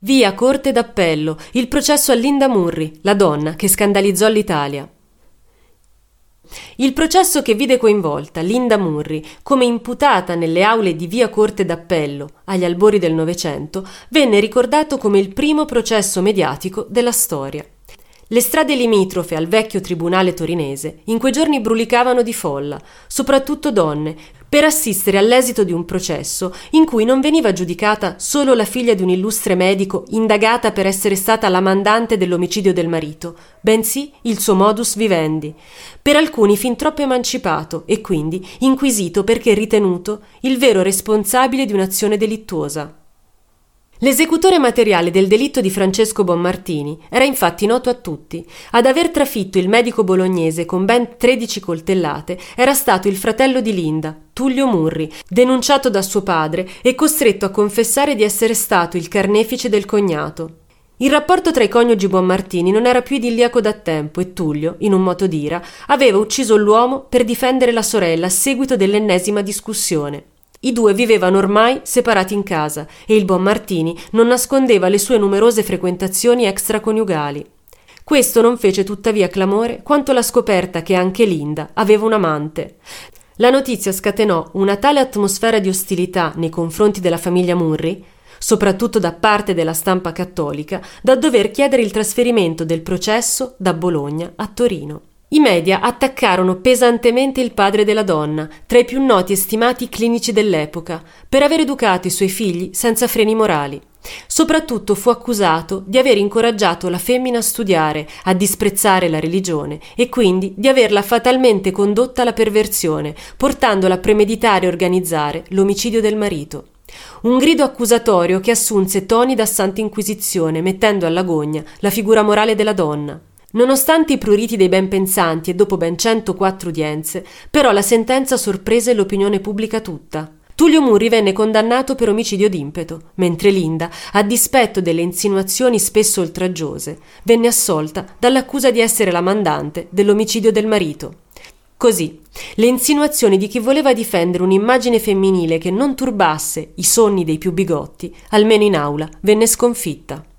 Via Corte d'Appello, il processo a Linda Murray, la donna che scandalizzò l'Italia. Il processo che vide coinvolta Linda Murray come imputata nelle aule di Via Corte d'Appello agli albori del Novecento venne ricordato come il primo processo mediatico della storia. Le strade limitrofe al vecchio tribunale torinese in quei giorni brulicavano di folla, soprattutto donne, per assistere all'esito di un processo in cui non veniva giudicata solo la figlia di un illustre medico indagata per essere stata la mandante dell'omicidio del marito, bensì il suo modus vivendi, per alcuni fin troppo emancipato e quindi inquisito perché ritenuto il vero responsabile di un'azione delittuosa. L'esecutore materiale del delitto di Francesco Bonmartini era infatti noto a tutti. Ad aver trafitto il medico bolognese con ben 13 coltellate era stato il fratello di Linda, Tullio Murray, denunciato da suo padre e costretto a confessare di essere stato il carnefice del cognato. Il rapporto tra i coniugi Bonmartini non era più idilliaco da tempo e Tullio, in un moto d'ira, aveva ucciso l'uomo per difendere la sorella a seguito dell'ennesima discussione. I due vivevano ormai separati in casa e il Bonmartini non nascondeva le sue numerose frequentazioni extraconiugali. Questo non fece tuttavia clamore quanto la scoperta che anche Linda aveva un amante. La notizia scatenò una tale atmosfera di ostilità nei confronti della famiglia Murray, soprattutto da parte della stampa cattolica, da dover chiedere il trasferimento del processo da Bologna a Torino. I media attaccarono pesantemente il padre della donna, tra i più noti e stimati clinici dell'epoca, per aver educato i suoi figli senza freni morali. Soprattutto fu accusato di aver incoraggiato la femmina a studiare, a disprezzare la religione e quindi di averla fatalmente condotta alla perversione, portandola a premeditare e organizzare l'omicidio del marito. Un grido accusatorio che assunse toni da Santa Inquisizione, mettendo alla gogna la figura morale della donna. Nonostante i pruriti dei ben pensanti e dopo ben 104 udienze, però la sentenza sorprese l'opinione pubblica tutta. Tullio Murray venne condannato per omicidio d'impeto, mentre Linda, a dispetto delle insinuazioni spesso oltraggiose, venne assolta dall'accusa di essere la mandante dell'omicidio del marito. Così, le insinuazioni di chi voleva difendere un'immagine femminile che non turbasse i sonni dei più bigotti, almeno in aula, venne sconfitta.